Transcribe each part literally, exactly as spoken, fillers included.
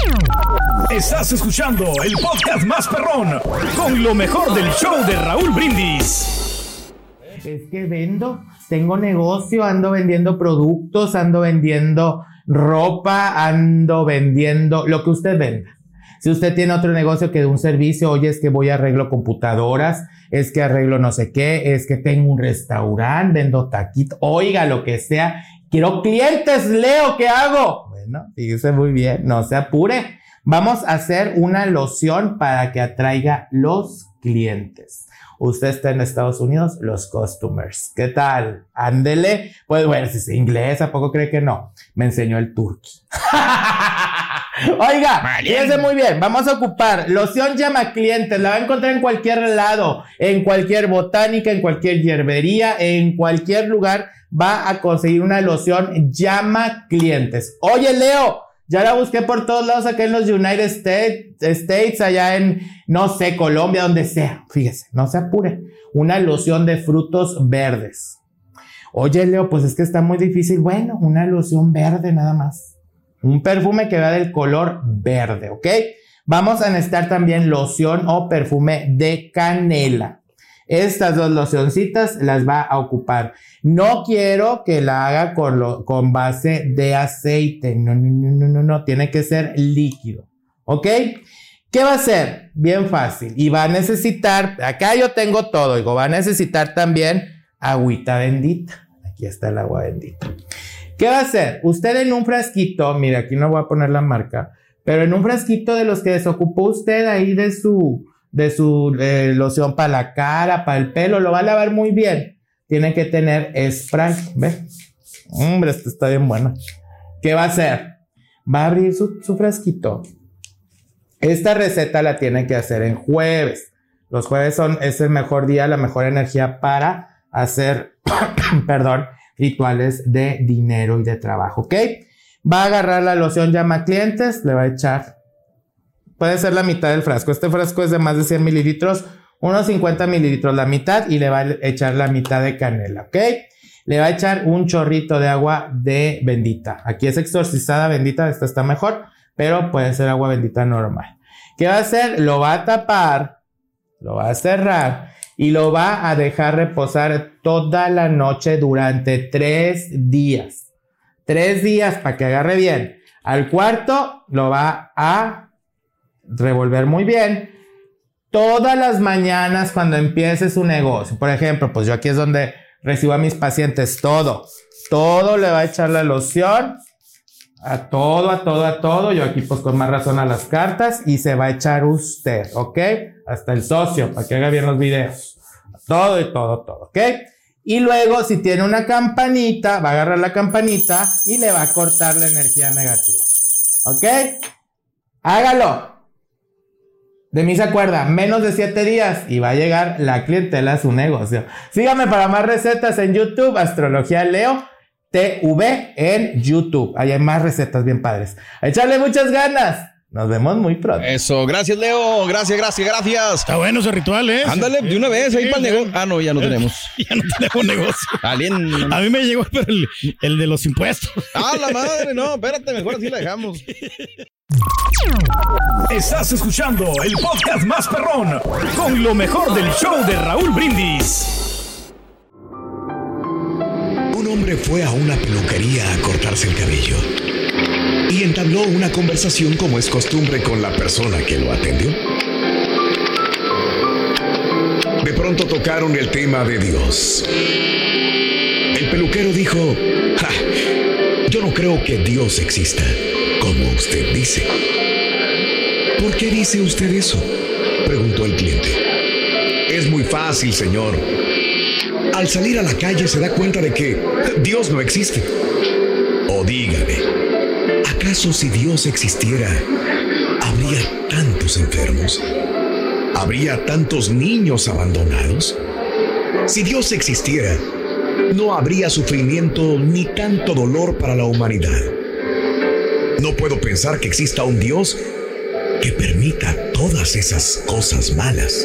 Estás escuchando el podcast más perrón con lo mejor del show de Raúl Brindis. Es que vendo, tengo negocio, ando vendiendo productos, ando vendiendo ropa, ando vendiendo lo que usted venda. Si usted tiene otro negocio que de un servicio, oye, es que voy a arreglo computadoras, es que arreglo no sé qué, es que tengo un restaurante, vendo taquitos, oiga, lo que sea. Quiero clientes, Leo, ¿qué hago? Bueno, fíjese muy bien, no se apure. Vamos a hacer una loción para que atraiga los clientes. Usted está en Estados Unidos, los customers. ¿Qué tal? Ándele. Pues bueno, si es inglés, ¿a poco cree que no? Me enseñó el turqui. Oiga, fíjense muy bien, vamos a ocupar loción llama clientes, la va a encontrar en cualquier lado, en cualquier botánica, en cualquier hierbería, en cualquier lugar va a conseguir una loción llama clientes. Oye, Leo, ya la busqué por todos lados acá en los United States, States, allá en, no sé, Colombia, donde sea. Fíjese, no se apure, una loción de frutos verdes. Oye, Leo, pues es que está muy difícil. Bueno, una loción verde nada más. Un perfume que vea del color verde, ¿ok? Vamos a necesitar también loción o perfume de canela. Estas dos locioncitas las va a ocupar. No quiero que la haga con, lo, con base de aceite. No, no, no, no, no, no. Tiene que ser líquido, ¿ok? ¿Qué va a hacer? Bien fácil. Y va a necesitar, acá yo tengo todo, digo, va a necesitar también agüita bendita. Aquí está el agua bendita. ¿Qué va a hacer? Usted en un frasquito, mire, aquí no voy a poner la marca, pero en un frasquito de los que desocupó usted ahí de su, de su eh, loción para la cara, para el pelo, lo va a lavar muy bien. Tiene que tener spray, ¿ve? Hombre, esto está bien bueno. ¿Qué va a hacer? Va a abrir su, su frasquito. Esta receta la tiene que hacer en jueves. Los jueves son, es el mejor día, la mejor energía para hacer, perdón, rituales de dinero y de trabajo, ¿ok? Va a agarrar la loción llama clientes, le va a echar, puede ser la mitad del frasco, este frasco es de más de cien mililitros, unos cincuenta mililitros, la mitad, y le va a echar la mitad de canela, ¿ok? Le va a echar un chorrito de agua de bendita, aquí es exorcizada bendita, esta está mejor, pero puede ser agua bendita normal. ¿Qué va a hacer? Lo va a tapar, lo va a cerrar, y lo va a dejar reposar toda la noche durante tres días. Tres días para que agarre bien. Al cuarto lo va a revolver muy bien. Todas las mañanas cuando empiece su negocio. Por ejemplo, pues yo aquí es donde recibo a mis pacientes. Todo. Todo le va a echar la loción. A todo, a todo, a todo. Yo aquí pues con más razón a las cartas. Y se va a echar usted, ¿ok? Hasta el socio, para que haga bien los videos. Todo y todo, todo, ¿ok? Y luego, si tiene una campanita, va a agarrar la campanita y le va a cortar la energía negativa, ¿ok? Hágalo. De mí se acuerda, menos de siete días y va a llegar la clientela a su negocio. Sígame para más recetas en YouTube, Astrología Leo T V en YouTube. Ahí hay más recetas bien padres. A echarle muchas ganas. Nos vemos muy pronto. Eso, gracias, Leo. Gracias, gracias, gracias. Está bueno ese ritual, ¿eh? Ándale, de una vez, ahí para el negocio. Ah, no, ya no tenemos. Ya no tenemos negocio. Alguien. A mí me llegó pero el, el de los impuestos. Ah, la madre, no, espérate, mejor así la dejamos. Estás escuchando el podcast más perrón con lo mejor del show de Raúl Brindis. Un hombre fue a una peluquería a cortarse el cabello y entabló una conversación como es costumbre con la persona que lo atendió. De pronto tocaron el tema de Dios. El peluquero dijo: ja, yo no creo que Dios exista, como usted dice. ¿Por qué dice usted eso?, preguntó el cliente. Es muy fácil, señor. Al salir a la calle se da cuenta de que Dios no existe. O dígame, ¿acaso si Dios existiera, habría tantos enfermos? ¿Habría tantos niños abandonados? Si Dios existiera, no habría sufrimiento ni tanto dolor para la humanidad. No puedo pensar que exista un Dios que permita todas esas cosas malas.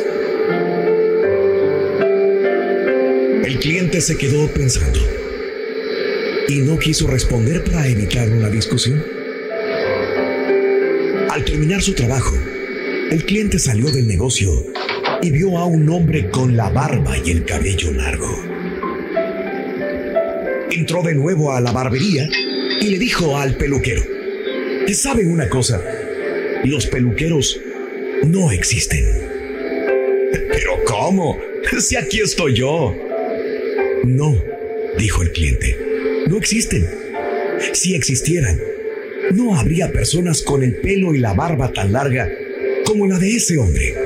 El cliente se quedó pensando y no quiso responder para evitar una discusión. Al terminar su trabajo, el cliente salió del negocio y vio a un hombre con la barba y el cabello largo. Entró de nuevo a la barbería y le dijo al peluquero: ¿saben una cosa? Los peluqueros no existen. ¿Pero cómo? Si aquí estoy yo. No, dijo el cliente, no existen. Si existieran, no habría personas con el pelo y la barba tan larga como la de ese hombre.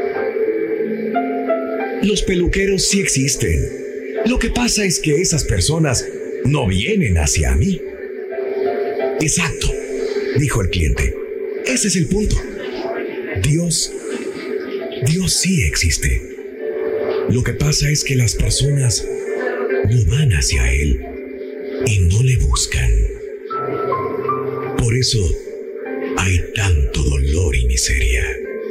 Los peluqueros sí existen. Lo que pasa es que esas personas no vienen hacia mí. Exacto, dijo el cliente. Ese es el punto. Dios, Dios sí existe. Lo que pasa es que las personas no van hacia Él y no le buscan. Por eso hay tanto dolor y miseria.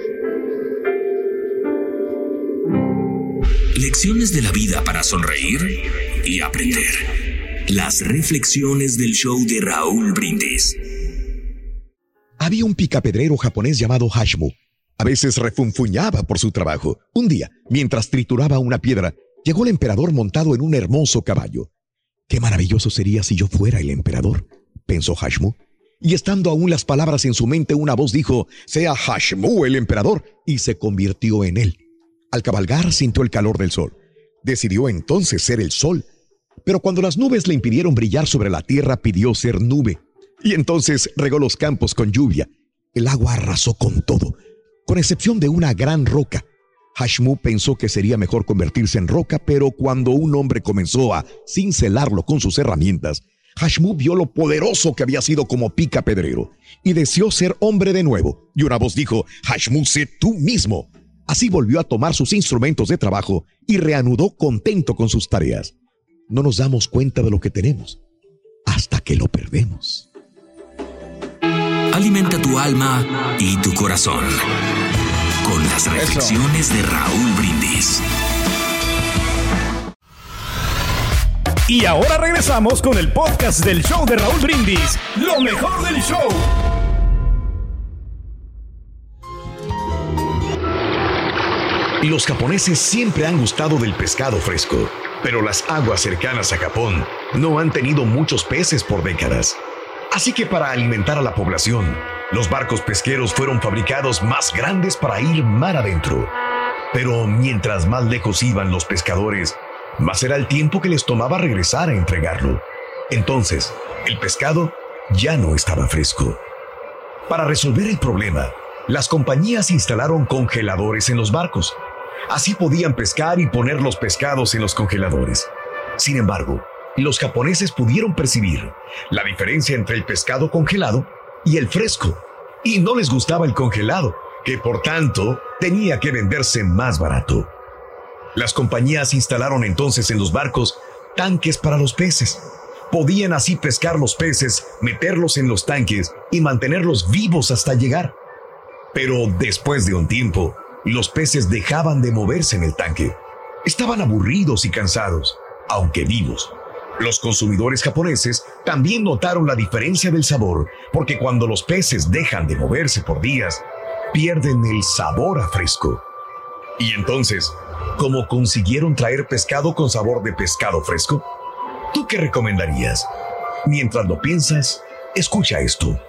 Lecciones de la vida para sonreír y aprender. Las reflexiones del show de Raúl Brindis. Había un picapedrero japonés llamado Hashmu. A veces refunfuñaba por su trabajo. Un día, mientras trituraba una piedra, llegó el emperador montado en un hermoso caballo. «Qué maravilloso sería si yo fuera el emperador», pensó Hashmu. Y estando aún las palabras en su mente, una voz dijo: «Sea Hashmu el emperador», y se convirtió en él. Al cabalgar sintió el calor del sol. Decidió entonces ser el sol. Pero cuando las nubes le impidieron brillar sobre la tierra, pidió ser nube. Y entonces regó los campos con lluvia. El agua arrasó con todo, con excepción de una gran roca. Hashmu pensó que sería mejor convertirse en roca, pero cuando un hombre comenzó a cincelarlo con sus herramientas, Hashmu vio lo poderoso que había sido como picapedrero y deseó ser hombre de nuevo. Y una voz dijo: «Hashmu, sé tú mismo». Así volvió a tomar sus instrumentos de trabajo y reanudó contento con sus tareas. No nos damos cuenta de lo que tenemos hasta que lo perdemos. Alimenta tu alma y tu corazón con las reflexiones de Raúl Brindis. Y ahora regresamos con el podcast del show de Raúl Brindis, lo mejor del show. Los japoneses siempre han gustado del pescado fresco, pero las aguas cercanas a Japón no han tenido muchos peces por décadas. Así que para alimentar a la población, los barcos pesqueros fueron fabricados más grandes para ir mar adentro. Pero mientras más lejos iban los pescadores, más era el tiempo que les tomaba regresar a entregarlo. Entonces, el pescado ya no estaba fresco. Para resolver el problema, las compañías instalaron congeladores en los barcos. Así podían pescar y poner los pescados en los congeladores. Sin embargo, los japoneses pudieron percibir la diferencia entre el pescado congelado y el fresco, y no les gustaba el congelado, que por tanto tenía que venderse más barato. Las compañías instalaron entonces en los barcos tanques para los peces. Podían así pescar los peces, meterlos en los tanques y mantenerlos vivos hasta llegar. Pero después de un tiempo, los peces dejaban de moverse en el tanque. Estaban aburridos y cansados, aunque vivos. Los consumidores japoneses también notaron la diferencia del sabor, porque cuando los peces dejan de moverse por días, pierden el sabor a fresco. Y entonces, ¿cómo consiguieron traer pescado con sabor de pescado fresco? ¿Tú qué recomendarías? Mientras lo piensas, escucha esto.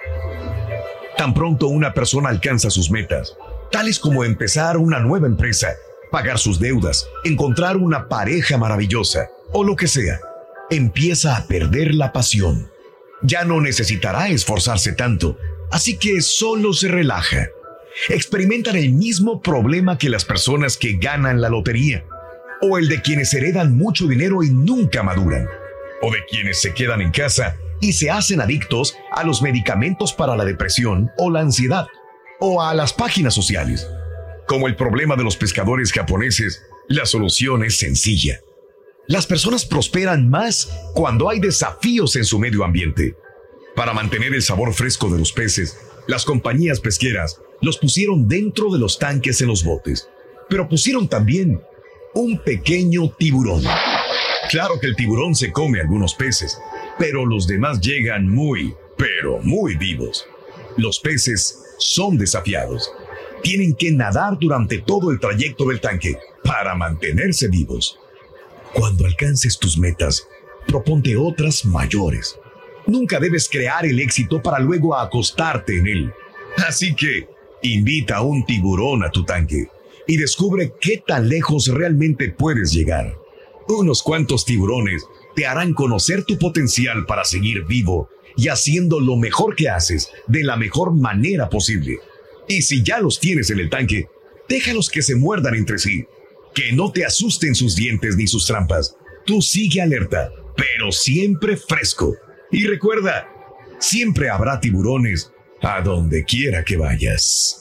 Tan pronto una persona alcanza sus metas, tales como empezar una nueva empresa, pagar sus deudas, encontrar una pareja maravillosa o lo que sea, empieza a perder la pasión. Ya no necesitará esforzarse tanto, así que solo se relaja. Experimentan el mismo problema que las personas que ganan la lotería, o el de quienes heredan mucho dinero y nunca maduran, o de quienes se quedan en casa y se hacen adictos a los medicamentos para la depresión o la ansiedad, o a las páginas sociales. Como el problema de los pescadores japoneses, la solución es sencilla. Las personas prosperan más cuando hay desafíos en su medio ambiente. Para mantener el sabor fresco de los peces, las compañías pesqueras los pusieron dentro de los tanques en los botes, pero pusieron también un pequeño tiburón. Claro que el tiburón se come algunos peces, pero los demás llegan muy, pero muy vivos. Los peces son desafiados. Tienen que nadar durante todo el trayecto del tanque para mantenerse vivos. Cuando alcances tus metas, proponte otras mayores. Nunca debes crear el éxito para luego acostarte en él. Así que invita a un tiburón a tu tanque y descubre qué tan lejos realmente puedes llegar. Unos cuantos tiburones te harán conocer tu potencial para seguir vivo y haciendo lo mejor que haces de la mejor manera posible. Y si ya los tienes en el tanque, déjalos que se muerdan entre sí. Que no te asusten sus dientes ni sus trampas. Tú sigue alerta, pero siempre fresco. Y recuerda, siempre habrá tiburones a donde quiera que vayas.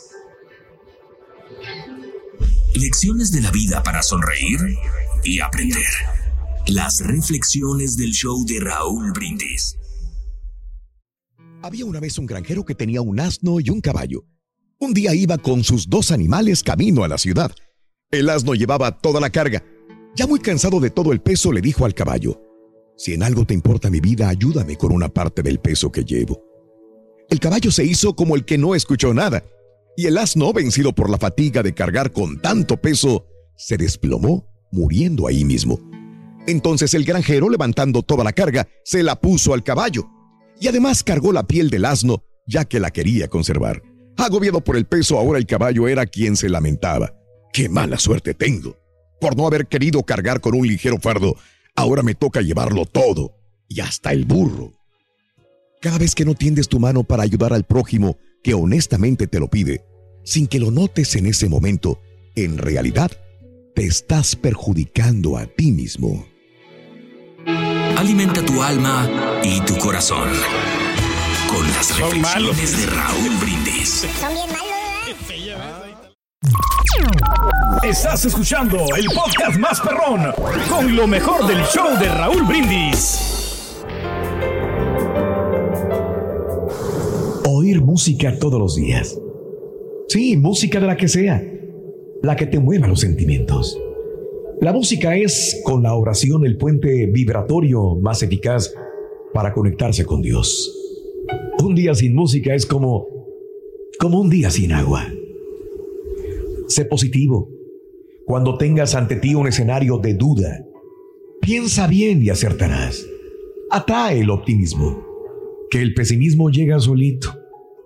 Lecciones de la vida para sonreír y aprender. Las reflexiones del show de Raúl Brindis. Había una vez un granjero que tenía un asno y un caballo. Un día iba con sus dos animales camino a la ciudad. El asno llevaba toda la carga. Ya muy cansado de todo el peso, le dijo al caballo: si en algo te importa mi vida, ayúdame con una parte del peso que llevo. El caballo se hizo como el que no escuchó nada, y el asno, vencido por la fatiga de cargar con tanto peso, se desplomó, muriendo ahí mismo. Entonces el granjero, levantando toda la carga, se la puso al caballo, y además cargó la piel del asno, ya que la quería conservar. Agobiado por el peso, ahora el caballo era quien se lamentaba: ¡qué mala suerte tengo! Por no haber querido cargar con un ligero fardo, ahora me toca llevarlo todo, y hasta el burro. Cada vez que no tiendes tu mano para ayudar al prójimo que honestamente te lo pide, sin que lo notes en ese momento, en realidad te estás perjudicando a ti mismo. Alimenta tu alma y tu corazón con las Son reflexiones malos. de Raúl Brindis. Son bien malos, Estás escuchando el podcast más perrón con lo mejor del show de Raúl Brindis. Oír música todos los días. Sí, música de la que sea, la que te mueva los sentimientos. La música es, con la oración, el puente vibratorio más eficaz para conectarse con Dios. Un día sin música es como, como un día sin agua. Sé positivo. Cuando tengas ante ti un escenario de duda, piensa bien y acertarás. Atrae el optimismo, que el pesimismo llega solito.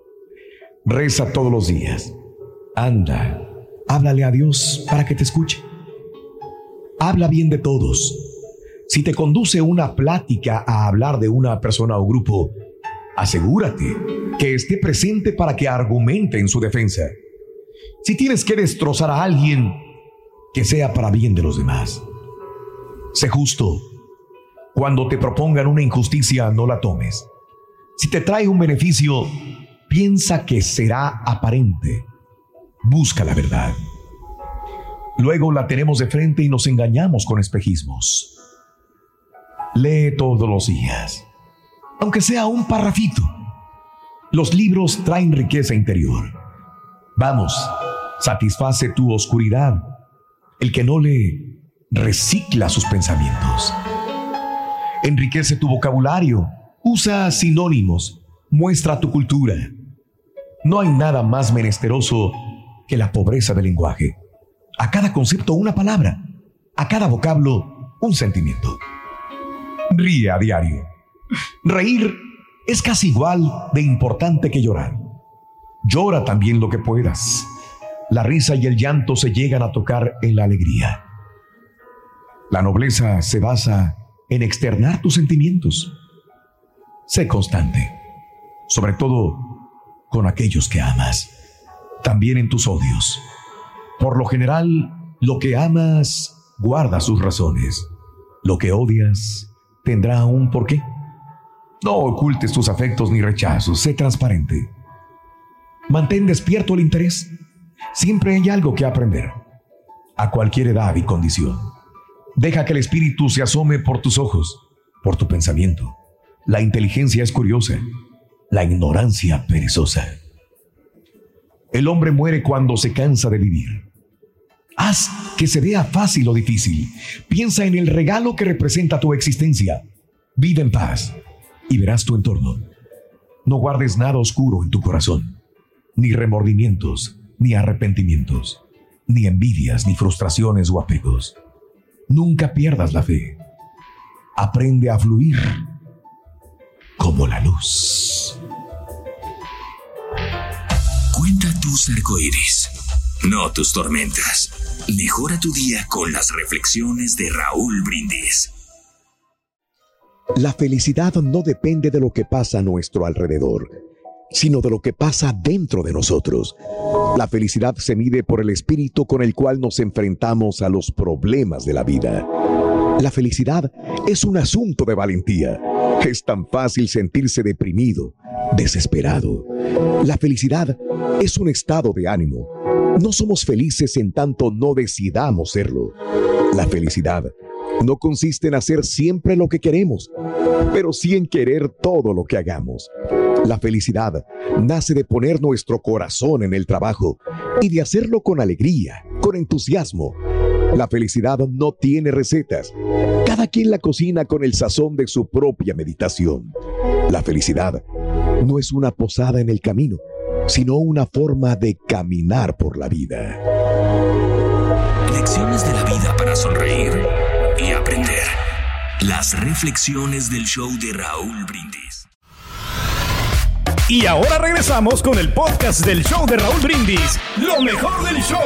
Reza todos los días. Anda, háblale a Dios para que te escuche. Habla bien de todos. Si te conduce una plática a hablar de una persona o grupo, asegúrate que esté presente para que argumente en su defensa. Si tienes que destrozar a alguien, que sea para bien de los demás. Sé justo. Cuando te propongan una injusticia, no la tomes. Si te trae un beneficio, piensa que será aparente. Busca la verdad. Luego la tenemos de frente y nos engañamos con espejismos. Lee todos los días, aunque sea un parrafito. Los libros traen riqueza interior. Vamos, satisface tu oscuridad. El que no lee, recicla sus pensamientos. Enriquece tu vocabulario. Usa sinónimos. Muestra tu cultura. No hay nada más menesteroso que la pobreza del lenguaje. A cada concepto una palabra. A cada vocablo un sentimiento. Ríe a diario. Reír es casi igual de importante que llorar. Llora también lo que puedas. La risa y el llanto se llegan a tocar en la alegría. La nobleza se basa en externar tus sentimientos. Sé constante, sobre todo con aquellos que amas, también en tus odios. Por lo general, lo que amas guarda sus razones. Lo que odias tendrá un porqué. No ocultes tus afectos ni rechazos, sé transparente. Mantén despierto el interés. Siempre hay algo que aprender, a cualquier edad y condición. Deja que el espíritu se asome por tus ojos, por tu pensamiento. La inteligencia es curiosa, la ignorancia perezosa. El hombre muere cuando se cansa de vivir. Haz que se vea fácil o difícil. Piensa en el regalo que representa tu existencia. Vive en paz y verás tu entorno. No guardes nada oscuro en tu corazón. ni remordimientos, ni arrepentimientos, ni envidias, ni frustraciones o apegos. Nunca pierdas la fe. Aprende a fluir como la luz. Cuenta tus arcoíris, no tus tormentas. Mejora tu día con las reflexiones de Raúl Brindis. La felicidad no depende de lo que pasa a nuestro alrededor, sino de lo que pasa dentro de nosotros. La felicidad se mide por el espíritu con el cual nos enfrentamos a los problemas de la vida. La felicidad es un asunto de valentía. Es tan fácil sentirse deprimido, desesperado. La felicidad es un estado de ánimo. No somos felices en tanto no decidamos serlo. La felicidad no consiste en hacer siempre lo que queremos, pero sí en querer todo lo que hagamos. La felicidad nace de poner nuestro corazón en el trabajo y de hacerlo con alegría, con entusiasmo. La felicidad no tiene recetas. Cada quien la cocina con el sazón de su propia meditación. La felicidad no es una posada en el camino, sino una forma de caminar por la vida. Lecciones de la vida para sonreír y aprender. Las reflexiones del show de Raúl Brindis. Y ahora regresamos con el podcast del show de Raúl Brindis. Lo mejor del show.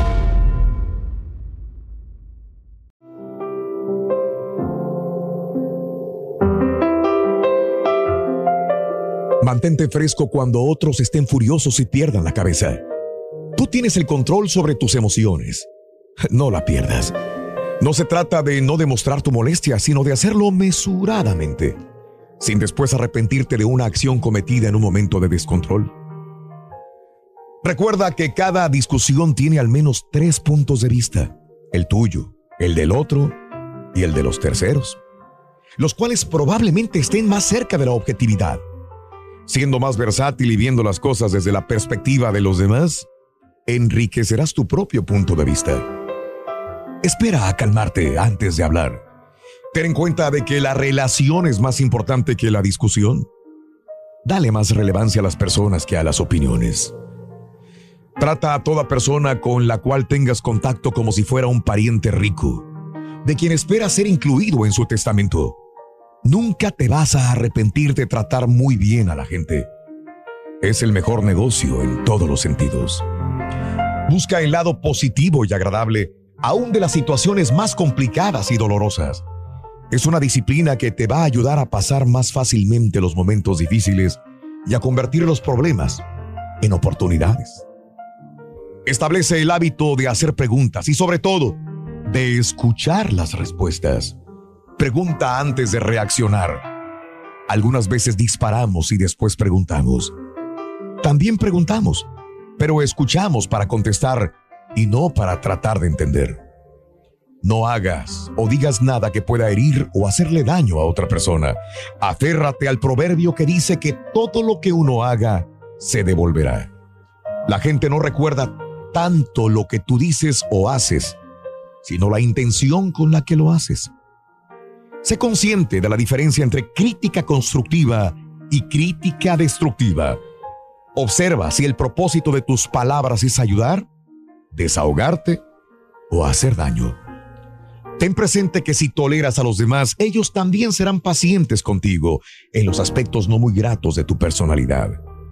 Mantente fresco cuando otros estén furiosos y pierdan la cabeza. Tú tienes el control sobre tus emociones. No la pierdas. No se trata de no demostrar tu molestia, sino de hacerlo mesuradamente, sin después arrepentirte de una acción cometida en un momento de descontrol. Recuerda que cada discusión tiene al menos tres puntos de vista: el tuyo, el del otro y el de los terceros, los cuales probablemente estén más cerca de la objetividad. Siendo más versátil y viendo las cosas desde la perspectiva de los demás, enriquecerás tu propio punto de vista. Espera a calmarte antes de hablar. Ten en cuenta de que la relación es más importante que la discusión. Dale más relevancia a las personas que a las opiniones. Trata a toda persona con la cual tengas contacto como si fuera un pariente rico, de quien espera ser incluido en su testamento. Nunca te vas a arrepentir de tratar muy bien a la gente. Es el mejor negocio en todos los sentidos. Busca el lado positivo y agradable, aún de las situaciones más complicadas y dolorosas. Es una disciplina que te va a ayudar a pasar más fácilmente los momentos difíciles y a convertir los problemas en oportunidades. Establece el hábito de hacer preguntas y, sobre todo, de escuchar las respuestas. Pregunta antes de reaccionar. Algunas veces disparamos y después preguntamos. También preguntamos, pero escuchamos para contestar y no para tratar de entender. No hagas o digas nada que pueda herir o hacerle daño a otra persona. Aférrate al proverbio que dice que todo lo que uno haga se devolverá. La gente no recuerda tanto lo que tú dices o haces, sino la intención con la que lo haces. Sé consciente de la diferencia entre crítica constructiva y crítica destructiva. Observa si el propósito de tus palabras es ayudar, desahogarte o hacer daño. Ten presente que si toleras a los demás, ellos también serán pacientes contigo en los aspectos no muy gratos de tu personalidad.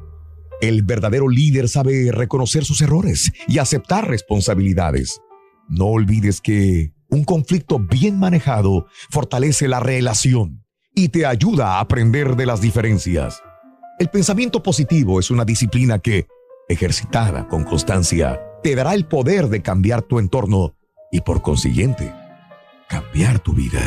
El verdadero líder sabe reconocer sus errores y aceptar responsabilidades. No olvides que un conflicto bien manejado fortalece la relación y te ayuda a aprender de las diferencias. El pensamiento positivo es una disciplina que, ejercitada con constancia, te dará el poder de cambiar tu entorno y, por consiguiente, cambiar tu vida.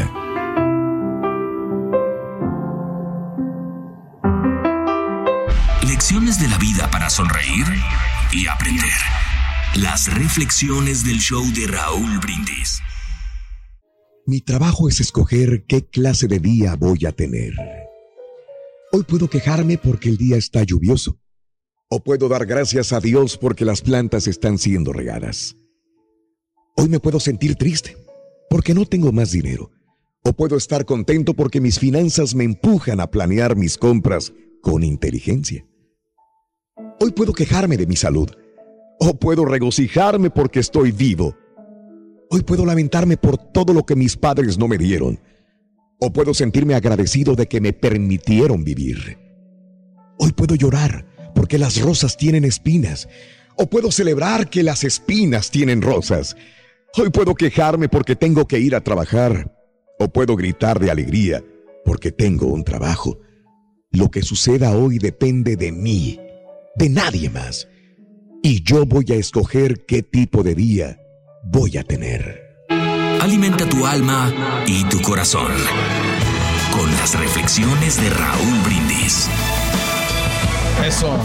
Lecciones de la vida para sonreír y aprender. Las reflexiones del show de Raúl Brindis. Mi trabajo es escoger qué clase de día voy a tener. Hoy puedo quejarme porque el día está lluvioso. O puedo dar gracias a Dios porque las plantas están siendo regadas. Hoy me puedo sentir triste porque no tengo más dinero. O puedo estar contento porque mis finanzas me empujan a planear mis compras con inteligencia. Hoy puedo quejarme de mi salud. O puedo regocijarme porque estoy vivo. Hoy puedo lamentarme por todo lo que mis padres no me dieron. O puedo sentirme agradecido de que me permitieron vivir. Hoy puedo llorar porque las rosas tienen espinas. O puedo celebrar que las espinas tienen rosas. Hoy puedo quejarme porque tengo que ir a trabajar. O puedo gritar de alegría porque tengo un trabajo. Lo que suceda hoy depende de mí, de nadie más. Y yo voy a escoger qué tipo de día voy a tener. Alimenta tu alma y tu corazón con las reflexiones de Raúl Brindis. Eso.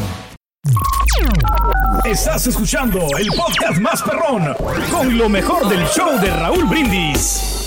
Estás escuchando el podcast más perrón con lo mejor del show de Raúl Brindis.